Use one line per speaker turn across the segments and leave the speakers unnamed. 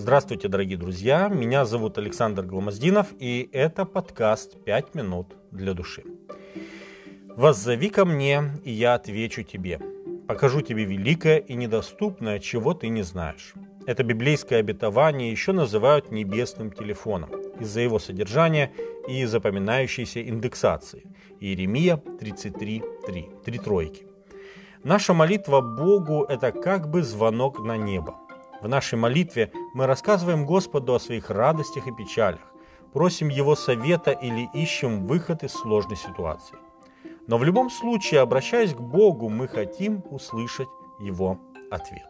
Здравствуйте, дорогие друзья! Меня зовут Александр Гломоздинов, и это подкаст «5 минут для души». «Воззови ко мне, и я отвечу тебе. Покажу тебе великое и недоступное, чего ты не знаешь». Это библейское обетование еще называют небесным телефоном из-за его содержания и запоминающейся индексации. Иеремия 33:3, 3 тройки. Наша молитва Богу – это как бы звонок на небо. В нашей молитве мы рассказываем Господу о своих радостях и печалях, просим Его совета или ищем выход из сложной ситуации. Но в любом случае, обращаясь к Богу, мы хотим услышать Его ответ.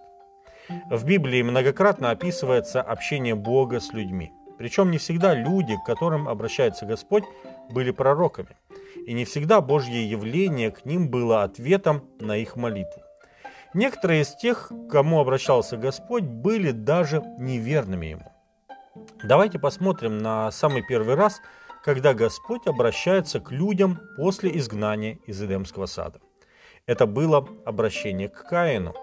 В Библии многократно описывается общение Бога с людьми. Причем не всегда люди, к которым обращается Господь, были пророками. И не всегда Божье явление к ним было ответом на их молитву. Некоторые из тех, к кому обращался Господь, были даже неверными Ему. Давайте посмотрим на самый первый раз, когда Господь обращается к людям после изгнания из Эдемского сада. Это было обращение к Каину.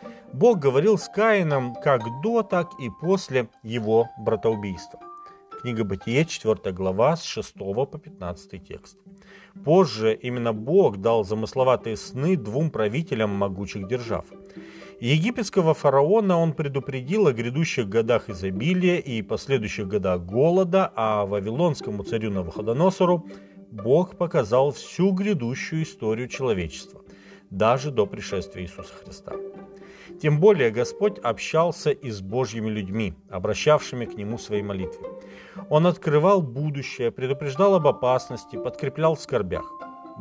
Бог говорил с Каином как до, так и после его братоубийства. Книга Бытие, 4 глава, с 6 по 15 текст. Позже именно Бог дал замысловатые сны двум правителям могучих держав. Египетского фараона он предупредил о грядущих годах изобилия и последующих годах голода, а вавилонскому царю Навуходоносору Бог показал всю грядущую историю человечества, даже до пришествия Иисуса Христа. Тем более Господь общался и с Божьими людьми, обращавшими к Нему свои молитвы. Он открывал будущее, предупреждал об опасности, подкреплял в скорбях.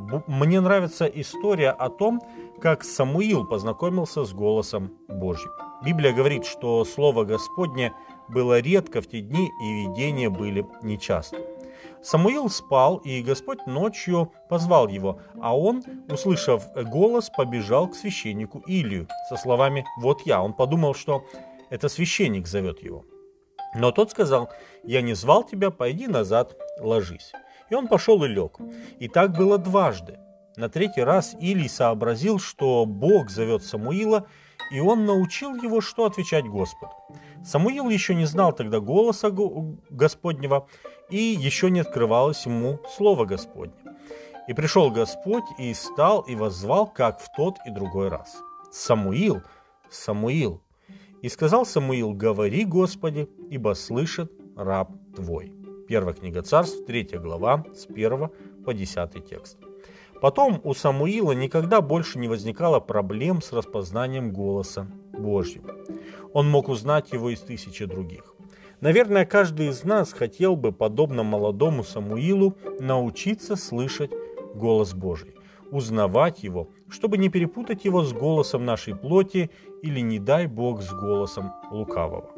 Мне нравится история о том, как Самуил познакомился с голосом Божьим. Библия говорит, что Слово Господне было редко в те дни, и видения были нечасты. Самуил спал, и Господь ночью позвал его, а он, услышав голос, побежал к священнику Илию со словами «Вот я». Он подумал, что это священник зовет его. Но тот сказал: «Я не звал тебя, пойди назад, ложись». И он пошел и лег. И так было дважды. На третий раз Илий сообразил, что Бог зовет Самуила, и он научил его, что отвечать Господу. Самуил еще не знал тогда голоса Господнего, и еще не открывалось ему Слово Господне. И пришел Господь, и стал, и воззвал, как в тот и другой раз: «Самуил, Самуил!» И сказал Самуил: «Говори, Господи, ибо слышит раб твой». Первая книга Царств, 3 глава, с 1 по 10 текст. Потом у Самуила никогда больше не возникало проблем с распознанием голоса Божьего. Он мог узнать его из тысячи других. Наверное, каждый из нас хотел бы, подобно молодому Самуилу, научиться слышать голос Божий, узнавать его, чтобы не перепутать его с голосом нашей плоти или, не дай Бог, с голосом лукавого.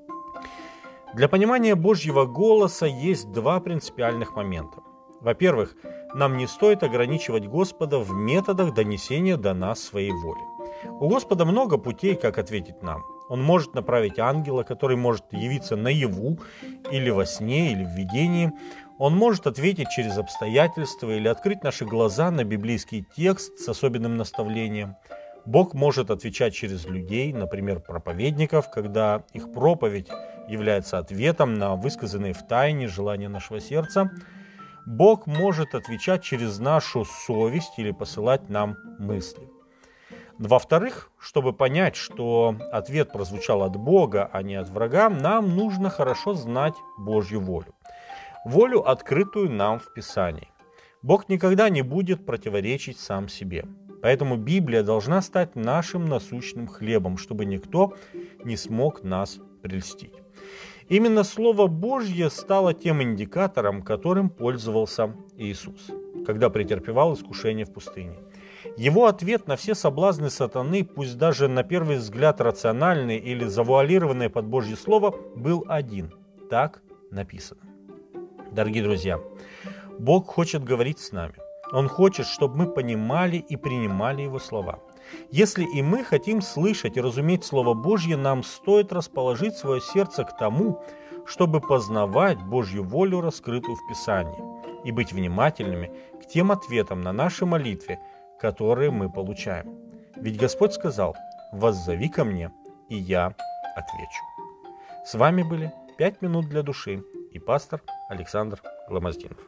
Для понимания Божьего голоса есть два принципиальных момента. Во-первых, нам не стоит ограничивать Господа в методах донесения до нас своей воли. У Господа много путей, как ответить нам. Он может направить ангела, который может явиться наяву, или во сне, или в видении. Он может ответить через обстоятельства или открыть наши глаза на библейский текст с особенным наставлением. Бог может отвечать через людей, например, проповедников, когда их проповедь является ответом на высказанные в тайне желания нашего сердца. Бог может отвечать через нашу совесть или посылать нам мысли. Во-вторых, чтобы понять, что ответ прозвучал от Бога, а не от врага, нам нужно хорошо знать Божью волю. Волю, открытую нам в Писании. Бог никогда не будет противоречить сам себе. Поэтому Библия должна стать нашим насущным хлебом, чтобы никто не смог нас прельстить. Именно Слово Божье стало тем индикатором, которым пользовался Иисус, когда претерпевал искушение в пустыне. Его ответ на все соблазны сатаны, пусть даже на первый взгляд рациональный или завуалированный под Божье Слово, был один. Так написано. Дорогие друзья, Бог хочет говорить с нами. Он хочет, чтобы мы понимали и принимали Его слова. Если и мы хотим слышать и разуметь Слово Божье, нам стоит расположить свое сердце к тому, чтобы познавать Божью волю, раскрытую в Писании, и быть внимательными к тем ответам на наши молитвы, которые мы получаем. Ведь Господь сказал: «Воззови ко мне, и я отвечу». С вами были 5 минут для души и пастор Александр Гломоздинов.